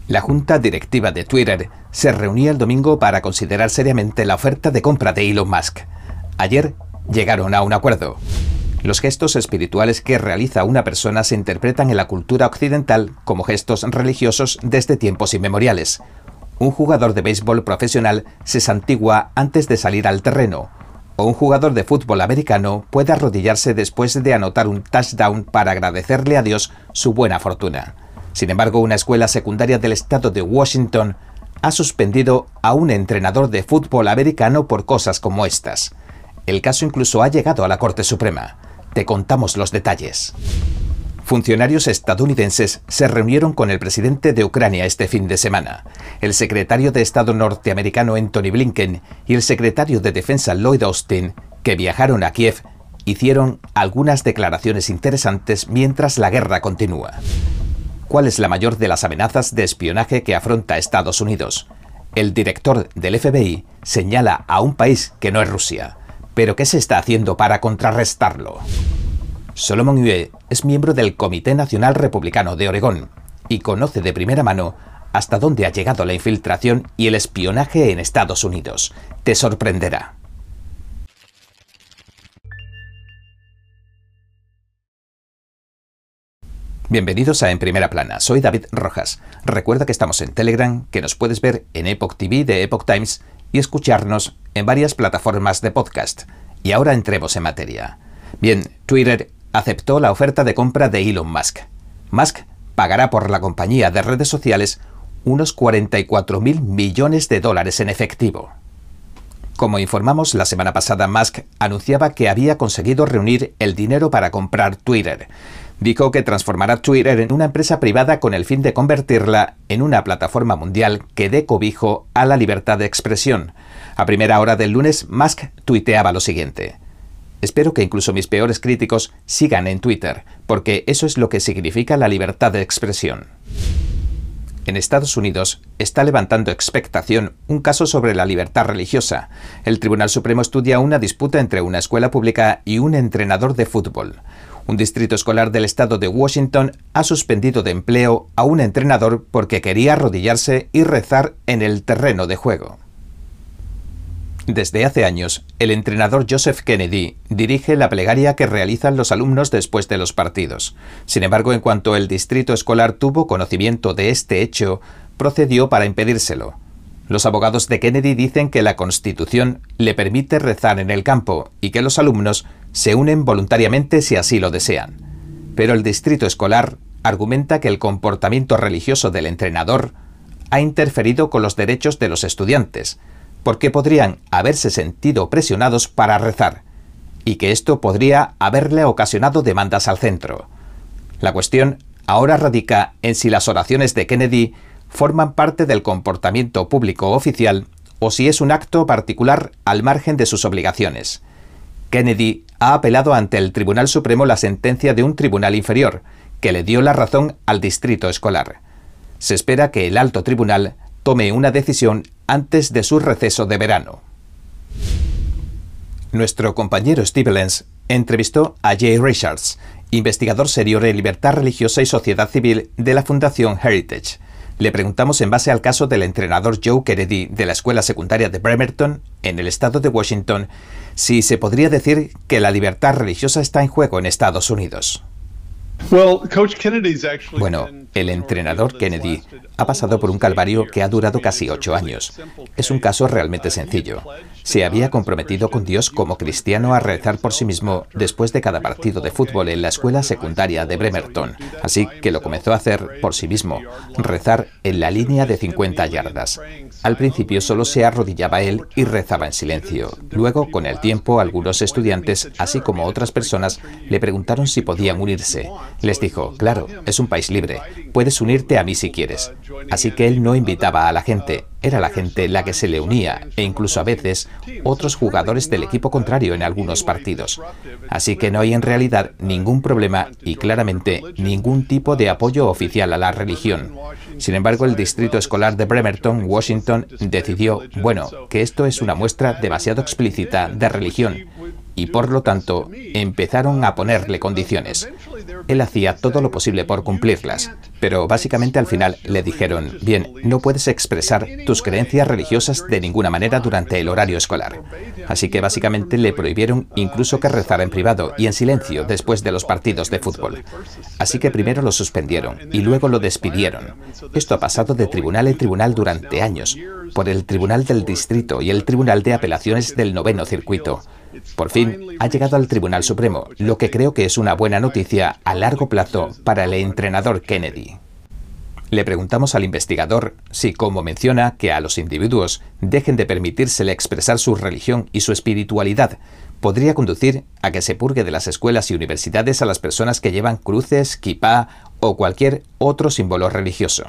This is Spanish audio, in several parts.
La junta directiva de Twitter se reunía el domingo para considerar seriamente la oferta de compra de Elon Musk. Ayer llegaron a un acuerdo. Los gestos espirituales que realiza una persona se interpretan en la cultura occidental como gestos religiosos desde tiempos inmemoriales. Un jugador de béisbol profesional se santigua antes de salir al terreno, o un jugador de fútbol americano puede arrodillarse después de anotar un touchdown para agradecerle a Dios su buena fortuna. Sin embargo, una escuela secundaria del estado de Washington ha suspendido a un entrenador de fútbol americano por cosas como estas. El caso incluso ha llegado a la Corte Suprema. Te contamos los detalles. Funcionarios estadounidenses se reunieron con el presidente de Ucrania este fin de semana. El secretario de Estado norteamericano Antony Blinken y el secretario de Defensa Lloyd Austin, que viajaron a Kiev, hicieron algunas declaraciones interesantes mientras la guerra continúa. ¿Cuál es la mayor de las amenazas de espionaje que afronta Estados Unidos? El director del FBI señala a un país que no es Rusia. ¿Pero qué se está haciendo para contrarrestarlo? Solomon Yue es miembro del Comité Nacional Republicano de Oregón y conoce de primera mano hasta dónde ha llegado la infiltración y el espionaje en Estados Unidos. Te sorprenderá. Bienvenidos a En Primera Plana, soy David Rojas. Recuerda que estamos en Telegram, que nos puedes ver en Epoch TV de Epoch Times y escucharnos en varias plataformas de podcast. Y ahora entremos en materia. Bien, Twitter aceptó la oferta de compra de Elon Musk. Musk pagará por la compañía de redes sociales unos $44.000 millones en efectivo. Como informamos la semana pasada, Musk anunciaba que había conseguido reunir el dinero para comprar Twitter. Dijo que transformará Twitter en una empresa privada con el fin de convertirla en una plataforma mundial que dé cobijo a la libertad de expresión. A primera hora del lunes, Musk tuiteaba lo siguiente: espero que incluso mis peores críticos sigan en Twitter, porque eso es lo que significa la libertad de expresión. En Estados Unidos está levantando expectación un caso sobre la libertad religiosa. El Tribunal Supremo estudia una disputa entre una escuela pública y un entrenador de fútbol. Un distrito escolar del estado de Washington ha suspendido de empleo a un entrenador porque quería arrodillarse y rezar en el terreno de juego. Desde hace años, el entrenador Joseph Kennedy dirige la plegaria que realizan los alumnos después de los partidos. Sin embargo, en cuanto el distrito escolar tuvo conocimiento de este hecho, procedió para impedírselo. Los abogados de Kennedy dicen que la Constitución le permite rezar en el campo y que los alumnos se unen voluntariamente si así lo desean. Pero el distrito escolar argumenta que el comportamiento religioso del entrenador ha interferido con los derechos de los estudiantes, porque podrían haberse sentido presionados para rezar, y que esto podría haberle ocasionado demandas al centro. La cuestión ahora radica en si las oraciones de Kennedy forman parte del comportamiento público oficial o si es un acto particular al margen de sus obligaciones. Kennedy ha apelado ante el Tribunal Supremo la sentencia de un tribunal inferior, que le dio la razón al distrito escolar. Se espera que el alto tribunal tome una decisión antes de su receso de verano. Nuestro compañero Steve Lenz entrevistó a Jay Richards, investigador senior en libertad religiosa y sociedad civil de la Fundación Heritage. Le preguntamos, en base al caso del entrenador Joe Kennedy de la escuela secundaria de Bremerton, en el estado de Washington, si se podría decir que la libertad religiosa está en juego en Estados Unidos. Bueno, el entrenador Kennedy ha pasado por un calvario que ha durado casi 8 años. Es un caso realmente sencillo. Se había comprometido con Dios como cristiano a rezar por sí mismo después de cada partido de fútbol en la escuela secundaria de Bremerton. Así que lo comenzó a hacer por sí mismo, rezar en la línea de 50 yardas. Al principio solo se arrodillaba él y rezaba en silencio. Luego, con el tiempo, algunos estudiantes, así como otras personas, le preguntaron si podían unirse. Les dijo: claro, es un país libre, puedes unirte a mí si quieres. Así que él no invitaba a la gente, era la gente la que se le unía, e incluso a veces otros jugadores del equipo contrario en algunos partidos. Así que no hay en realidad ningún problema y claramente ningún tipo de apoyo oficial a la religión. Sin embargo, el distrito escolar de Bremerton, Washington, decidió, que esto es una muestra demasiado explícita de religión, y por lo tanto empezaron a ponerle condiciones. él hacía todo lo posible por cumplirlas. Pero básicamente al final le dijeron, bien, no puedes expresar tus creencias religiosas de ninguna manera durante el horario escolar. Así que básicamente le prohibieron incluso que rezara en privado y en silencio después de los partidos de fútbol. Así que primero lo suspendieron y luego lo despidieron. Esto ha pasado de tribunal en tribunal durante años, por el Tribunal del Distrito y el Tribunal de Apelaciones del Noveno Circuito. Por fin ha llegado al Tribunal Supremo, lo que creo que es una buena noticia a largo plazo para el entrenador Kennedy. Le preguntamos al investigador si, como menciona, que a los individuos dejen de permitírsele expresar su religión y su espiritualidad, podría conducir a que se purgue de las escuelas y universidades a las personas que llevan cruces, kipá o cualquier otro símbolo religioso.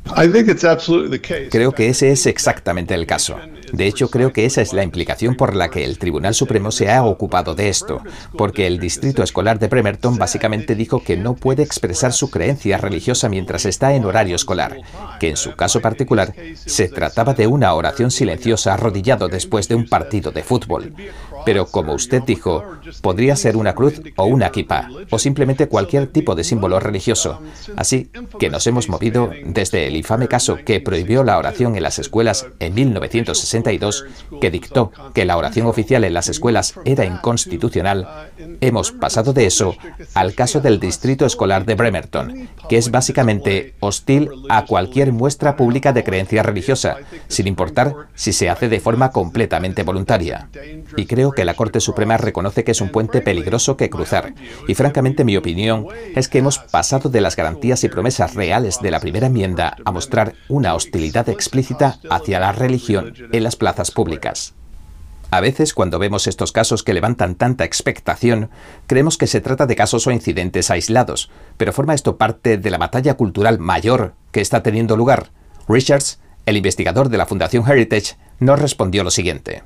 Creo que ese es exactamente el caso. De hecho, creo que esa es la implicación por la que el Tribunal Supremo se ha ocupado de esto, porque el Distrito Escolar de Bremerton básicamente dijo que no puede expresar su creencia religiosa mientras está en horario escolar, que en su caso particular se trataba de una oración silenciosa arrodillado después de un partido de fútbol. Pero como usted dijo, podría ser una cruz o una kipá, o simplemente cualquier tipo de símbolo religioso. Así que nos hemos movido desde el infame caso que prohibió la oración en las escuelas en 1962, que dictó que la oración oficial en las escuelas era inconstitucional. Hemos pasado de eso al caso del Distrito Escolar de Bremerton, que es básicamente hostil a cualquier muestra pública de creencia religiosa, sin importar si se hace de forma completamente voluntaria. Y creo que la Corte Suprema reconoce que es un puente peligroso que cruzar. Y francamente mi opinión es que hemos pasado de las garantías y promesas reales de la primera enmienda a mostrar una hostilidad explícita hacia la religión en las plazas públicas. A veces, cuando vemos estos casos que levantan tanta expectación, creemos que se trata de casos o incidentes aislados, pero ¿forma esto parte de la batalla cultural mayor que está teniendo lugar? Richards, el investigador de la Fundación Heritage, nos respondió lo siguiente.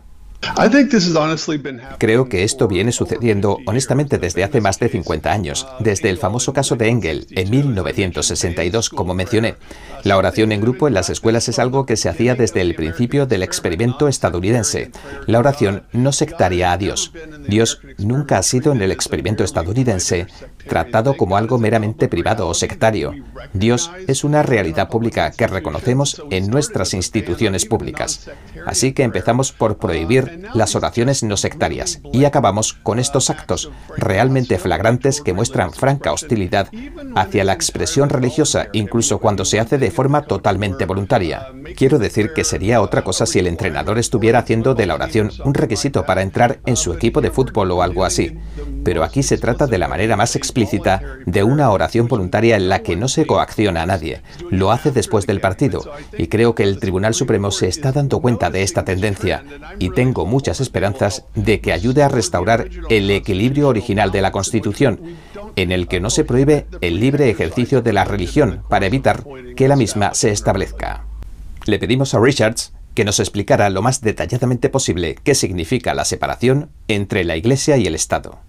Creo que esto viene sucediendo honestamente desde hace más de 50 años, desde el famoso caso de Engel en 1962, como mencioné. La oración en grupo en las escuelas es algo que se hacía desde el principio del experimento estadounidense. La oración no sectaria a Dios. Dios nunca ha sido en el experimento estadounidense tratado como algo meramente privado o sectario. Dios es una realidad pública que reconocemos en nuestras instituciones públicas. Así que empezamos por prohibir las oraciones no sectarias y acabamos con estos actos realmente flagrantes que muestran franca hostilidad hacia la expresión religiosa, incluso cuando se hace de forma totalmente voluntaria. Quiero decir que sería otra cosa si el entrenador estuviera haciendo de la oración un requisito para entrar en su equipo de fútbol o algo así. Pero aquí se trata de la manera más explícita de una oración voluntaria en la que no se coacciona a nadie. Lo hace después del partido y creo que el Tribunal Supremo se está dando cuenta de esta tendencia y tengo muchas esperanzas de que ayude a restaurar el equilibrio original de la Constitución, en el que no se prohíbe el libre ejercicio de la religión para evitar que la misma se establezca. Le pedimos a Richards que nos explicara lo más detalladamente posible qué significa la separación entre la Iglesia y el Estado.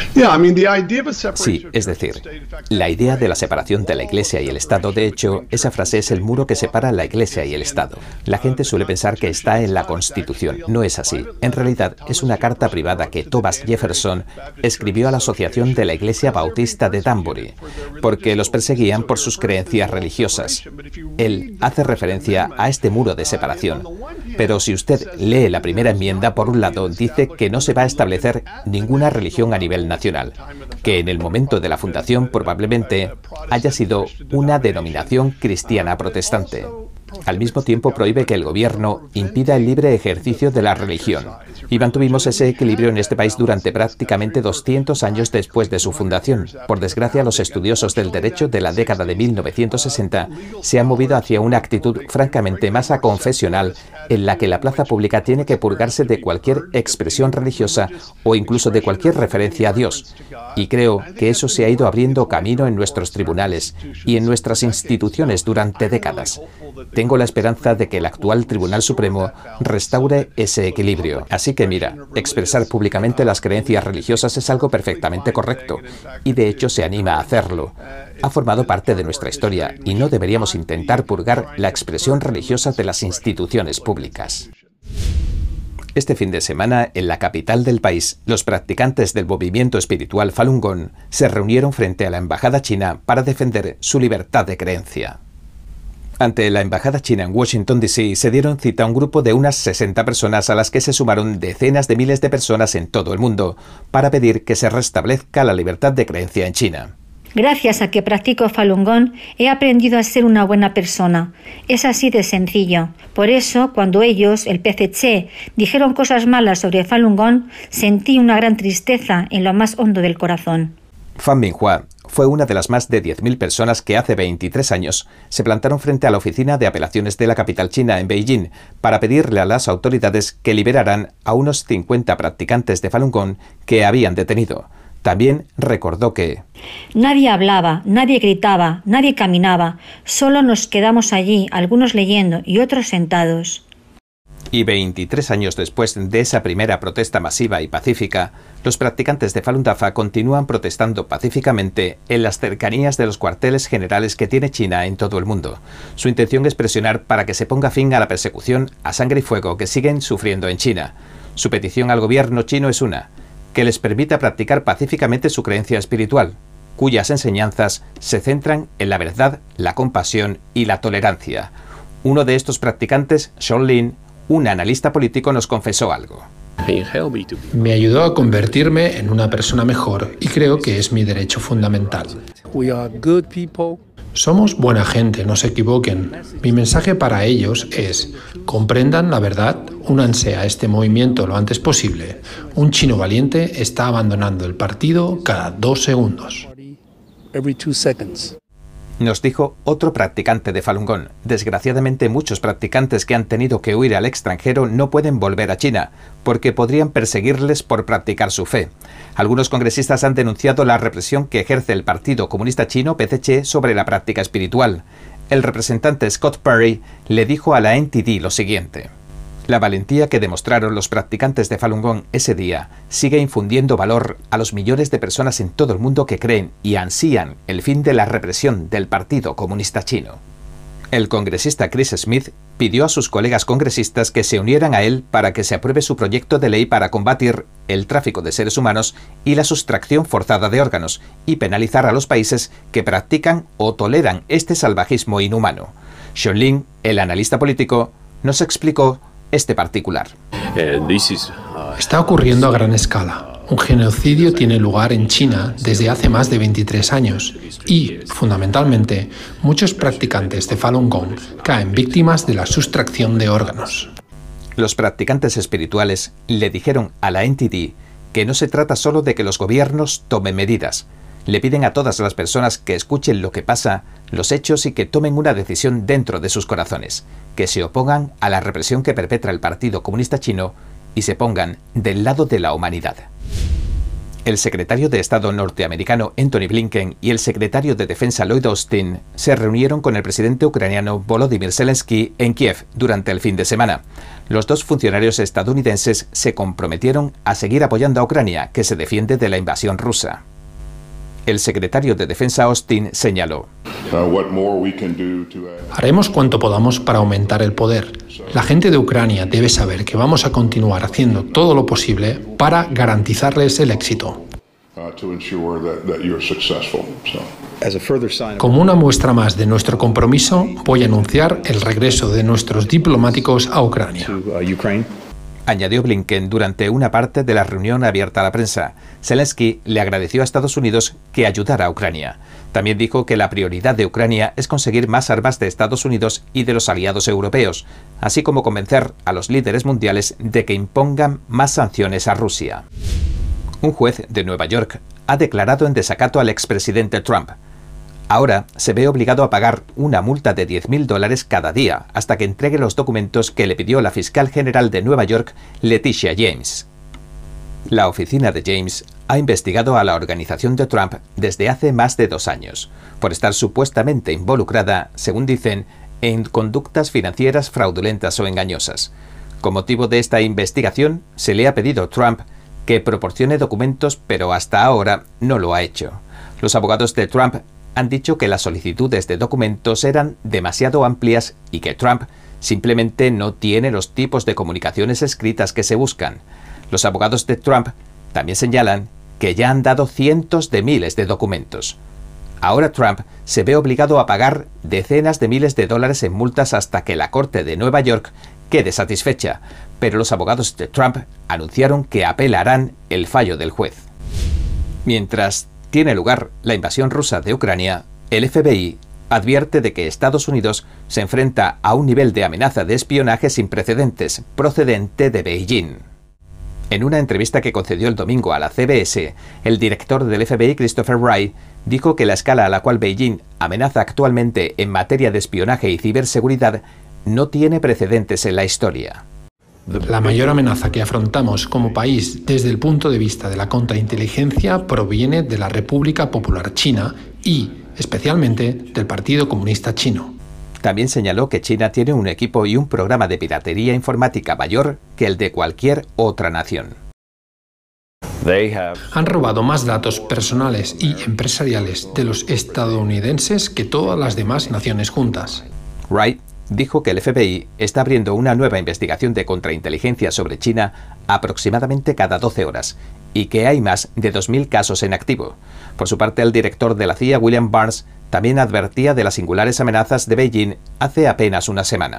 Sí, es decir, la idea de la separación de la Iglesia y el Estado, de hecho, esa frase es el muro que separa la Iglesia y el Estado. La gente suele pensar que está en la Constitución. No es así. En realidad, es una carta privada que Thomas Jefferson escribió a la Asociación de la Iglesia Bautista de Danbury, porque los perseguían por sus creencias religiosas. Él hace referencia a este muro de separación. Pero si usted lee la primera enmienda, por un lado, dice que no se va a establecer ninguna religión a nivel nacional, que en el momento de la fundación probablemente haya sido una denominación cristiana protestante. Al mismo tiempo prohíbe que el gobierno impida el libre ejercicio de la religión. Y mantuvimos ese equilibrio en este país durante prácticamente 200 años después de su fundación. Por desgracia, los estudiosos del derecho de la década de 1960 se han movido hacia una actitud francamente más aconfesional en la que la plaza pública tiene que purgarse de cualquier expresión religiosa o incluso de cualquier referencia a Dios. Y creo que eso se ha ido abriendo camino en nuestros tribunales y en nuestras instituciones durante décadas. Tengo la esperanza de que el actual Tribunal Supremo restaure ese equilibrio. Así que mira, expresar públicamente las creencias religiosas es algo perfectamente correcto, y de hecho se anima a hacerlo. Ha formado parte de nuestra historia y no deberíamos intentar purgar la expresión religiosa de las instituciones públicas. Este fin de semana, en la capital del país, los practicantes del movimiento espiritual Falun Gong se reunieron frente a la embajada china para defender su libertad de creencia. Ante la embajada china en Washington, D.C., se dieron cita a un grupo de unas 60 personas a las que se sumaron decenas de miles de personas en todo el mundo para pedir que se restablezca la libertad de creencia en China. Gracias a que practico Falun Gong, he aprendido a ser una buena persona. Es así de sencillo. Por eso, cuando ellos, el PCC, dijeron cosas malas sobre Falun Gong, sentí una gran tristeza en lo más hondo del corazón. Fan Binghua fue una de las más de 10.000 personas que hace 23 años se plantaron frente a la oficina de apelaciones de la capital china en Beijing para pedirle a las autoridades que liberaran a unos 50 practicantes de Falun Gong que habían detenido. También recordó que nadie hablaba, nadie gritaba, nadie caminaba, solo nos quedamos allí, algunos leyendo y otros sentados. Y 23 años después de esa primera protesta masiva y pacífica, los practicantes de Falun Dafa continúan protestando pacíficamente en las cercanías de los cuarteles generales que tiene China en todo el mundo. Su intención es presionar para que se ponga fin a la persecución a sangre y fuego que siguen sufriendo en China. Su petición al gobierno chino es una: que les permita practicar pacíficamente su creencia espiritual, cuyas enseñanzas se centran en la verdad, la compasión y la tolerancia. Uno de estos practicantes, Sean Lin, un analista político, nos confesó algo. Me ayudó a convertirme en una persona mejor y creo que es mi derecho fundamental. Somos buena gente, no se equivoquen. Mi mensaje para ellos es: comprendan la verdad, únanse a este movimiento lo antes posible. Un chino valiente está abandonando el partido cada 2 segundos. Nos dijo otro practicante de Falun Gong. Desgraciadamente, muchos practicantes que han tenido que huir al extranjero no pueden volver a China, porque podrían perseguirles por practicar su fe. Algunos congresistas han denunciado la represión que ejerce el Partido Comunista Chino, PCC, sobre la práctica espiritual. El representante Scott Perry le dijo a la NTD lo siguiente: la valentía que demostraron los practicantes de Falun Gong ese día sigue infundiendo valor a los millones de personas en todo el mundo que creen y ansían el fin de la represión del Partido Comunista Chino. El congresista Chris Smith pidió a sus colegas congresistas que se unieran a él para que se apruebe su proyecto de ley para combatir el tráfico de seres humanos y la sustracción forzada de órganos, y penalizar a los países que practican o toleran este salvajismo inhumano. Sean Lin, el analista político, nos explicó este particular. Está ocurriendo a gran escala. Un genocidio tiene lugar en China desde hace más de 23 años y, fundamentalmente, muchos practicantes de Falun Gong caen víctimas de la sustracción de órganos. Los practicantes espirituales le dijeron a la NTD que no se trata solo de que los gobiernos tomen medidas. Le piden a todas las personas que escuchen lo que pasa, los hechos, y que tomen una decisión dentro de sus corazones, que se opongan a la represión que perpetra el Partido Comunista Chino y se pongan del lado de la humanidad. El secretario de Estado norteamericano Antony Blinken y el secretario de Defensa Lloyd Austin se reunieron con el presidente ucraniano Volodymyr Zelensky en Kiev durante el fin de semana. Los dos funcionarios estadounidenses se comprometieron a seguir apoyando a Ucrania, que se defiende de la invasión rusa. El secretario de Defensa Austin señaló: haremos cuanto podamos para aumentar el poder. La gente de Ucrania debe saber que vamos a continuar haciendo todo lo posible para garantizarles el éxito. Como una muestra más de nuestro compromiso, voy a anunciar el regreso de nuestros diplomáticos a Ucrania. Añadió Blinken durante una parte de la reunión abierta a la prensa. Zelensky le agradeció a Estados Unidos que ayudara a Ucrania. También dijo que la prioridad de Ucrania es conseguir más armas de Estados Unidos y de los aliados europeos, así como convencer a los líderes mundiales de que impongan más sanciones a Rusia. Un juez de Nueva York ha declarado en desacato al expresidente Trump. Ahora se ve obligado a pagar una multa de $10.000 cada día hasta que entregue los documentos que le pidió la fiscal general de Nueva York, Letitia James. La oficina de James ha investigado a la organización de Trump desde hace más de 2 años, por estar supuestamente involucrada, según dicen, en conductas financieras fraudulentas o engañosas. Con motivo de esta investigación, se le ha pedido a Trump que proporcione documentos, pero hasta ahora no lo ha hecho. Los abogados de Trump han dicho que las solicitudes de documentos eran demasiado amplias y que Trump Simplemente no tiene los tipos de comunicaciones escritas que se buscan. Los abogados de Trump también señalan que ya han dado cientos de miles de documentos. Ahora Trump se ve obligado a pagar decenas de miles de dólares en multas hasta que la Corte de Nueva York quede satisfecha, pero los abogados de Trump anunciaron que apelarán el fallo del juez. Mientras tiene lugar la invasión rusa de Ucrania, el FBI advierte de que Estados Unidos se enfrenta a un nivel de amenaza de espionaje sin precedentes procedente de Beijing. En una entrevista que concedió el domingo a la CBS, el director del FBI, Christopher Wray, dijo que la escala a la cual Beijing amenaza actualmente en materia de espionaje y ciberseguridad no tiene precedentes en la historia. La mayor amenaza que afrontamos como país desde el punto de vista de la contrainteligencia proviene de la República Popular China y, especialmente, del Partido Comunista Chino. También señaló que China tiene un equipo y un programa de piratería informática mayor que el de cualquier otra nación. Han robado más datos personales y empresariales de los estadounidenses que todas las demás naciones juntas. Wright dijo que el FBI está abriendo una nueva investigación de contrainteligencia sobre China aproximadamente cada 12 horas y que hay más de 2.000 casos en activo. Por su parte, el director de la CIA, William Burns, también advertía de las singulares amenazas de Beijing hace apenas una semana.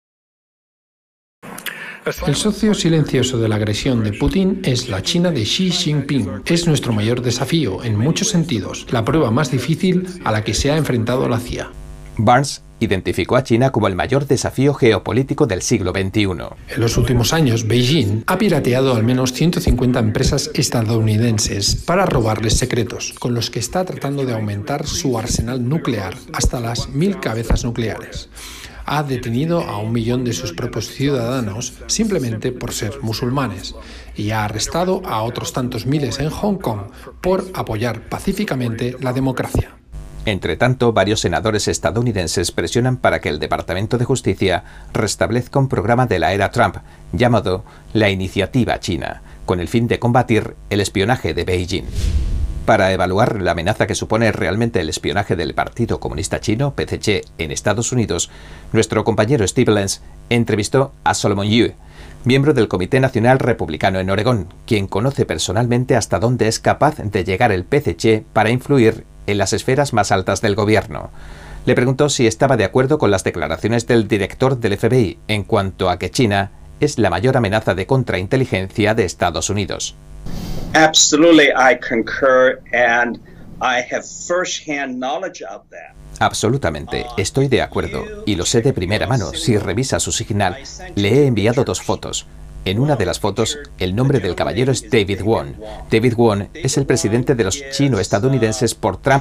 El socio silencioso de la agresión de Putin es la China de Xi Jinping. Es nuestro mayor desafío en muchos sentidos, la prueba más difícil a la que se ha enfrentado la CIA. Burns identificó a China como el mayor desafío geopolítico del siglo XXI. En los últimos años, Beijing ha pirateado al menos 150 empresas estadounidenses para robarles secretos, con los que está tratando de aumentar su arsenal nuclear hasta las 1000 cabezas nucleares. Ha detenido a 1 millón de sus propios ciudadanos simplemente por ser musulmanes y ha arrestado a otros tantos miles en Hong Kong por apoyar pacíficamente la democracia. Entre tanto, varios senadores estadounidenses presionan para que el Departamento de Justicia restablezca un programa de la era Trump llamado la Iniciativa China, con el fin de combatir el espionaje de Beijing. Para evaluar la amenaza que supone realmente el espionaje del Partido Comunista Chino, PCC, en Estados Unidos, nuestro compañero Steve Lenz entrevistó a Solomon Yue, miembro del Comité Nacional Republicano en Oregón, quien conoce personalmente hasta dónde es capaz de llegar el PCC para influir en las esferas más altas del gobierno. Le preguntó si estaba de acuerdo con las declaraciones del director del FBI en cuanto a que China es la mayor amenaza de contrainteligencia de Estados Unidos. Absolutely, I concur, and I have first-hand knowledge of that. Absolutamente, estoy de acuerdo, y lo sé de primera mano. Si revisa su Signal, le he enviado 2 fotos. En una de las fotos, el nombre del caballero es David Wong. David Wong es el presidente de los chino-estadounidenses por Trump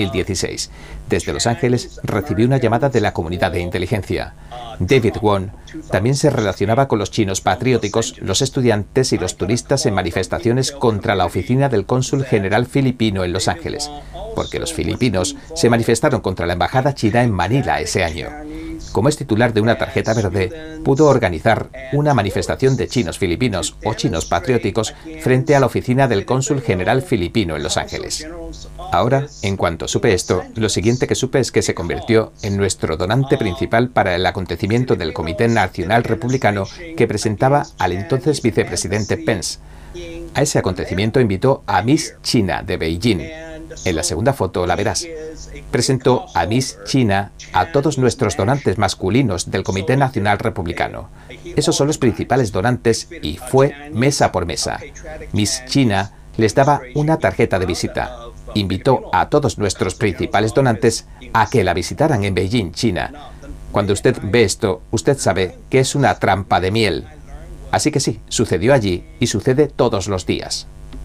2016. Desde Los Ángeles recibió una llamada de la comunidad de inteligencia. David Wong también se relacionaba con los chinos patrióticos, los estudiantes y los turistas en manifestaciones contra la oficina del cónsul general filipino en Los Ángeles, porque los filipinos se manifestaron contra la embajada china en Manila ese año. Como es titular de una tarjeta verde, pudo organizar una manifestación de chinos filipinos o chinos patrióticos frente a la oficina del cónsul general filipino en Los Ángeles. Ahora, en cuanto supe esto, lo siguiente que supe es que se convirtió en nuestro donante principal para el acontecimiento del Comité Nacional Republicano que presentaba al entonces vicepresidente Pence. A ese acontecimiento invitó a Miss China de Beijing. En la segunda foto la verás. Presentó a Miss China a todos nuestros donantes masculinos del Comité Nacional Republicano. Esos son los principales donantes y fue mesa por mesa. Miss China les daba una tarjeta de visita. Invitó a todos nuestros principales donantes a que la visitaran en Beijing, China. Cuando usted ve esto, usted sabe que es una trampa de miel. Así que sí, sucedió allí y sucede todos los días.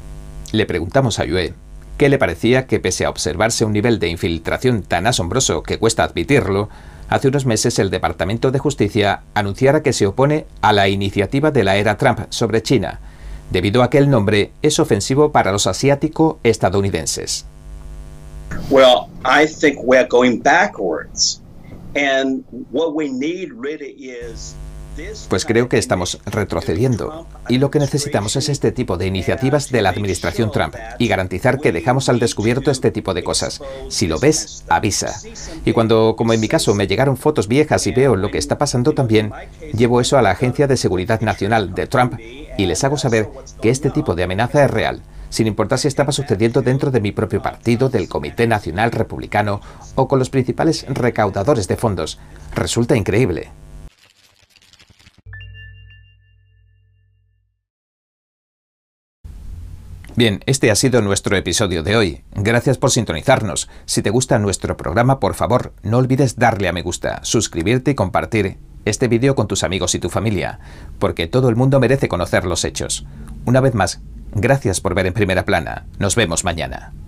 Le preguntamos a Yue qué le parecía que, pese a observarse un nivel de infiltración tan asombroso que cuesta admitirlo, hace unos meses el Departamento de Justicia anunciara que se opone a la iniciativa de la era Trump sobre China, debido a que el nombre es ofensivo para los asiático-estadounidenses. Well, I think we're going backwards. And what we need really is Pues creo que estamos retrocediendo y lo que necesitamos es este tipo de iniciativas de la administración Trump y garantizar que dejamos al descubierto este tipo de cosas. Si lo ves, avisa. Y cuando, como en mi caso, me llegaron fotos viejas y veo lo que está pasando también, llevo eso a la Agencia de Seguridad Nacional de Trump y les hago saber que este tipo de amenaza es real, sin importar si estaba sucediendo dentro de mi propio partido, del Comité Nacional Republicano o con los principales recaudadores de fondos. Resulta increíble. Bien, este ha sido nuestro episodio de hoy. Gracias por sintonizarnos. Si te gusta nuestro programa, por favor, no olvides darle a me gusta, suscribirte y compartir este vídeo con tus amigos y tu familia, porque todo el mundo merece conocer los hechos. Una vez más, gracias por ver En Primera Plana. Nos vemos mañana.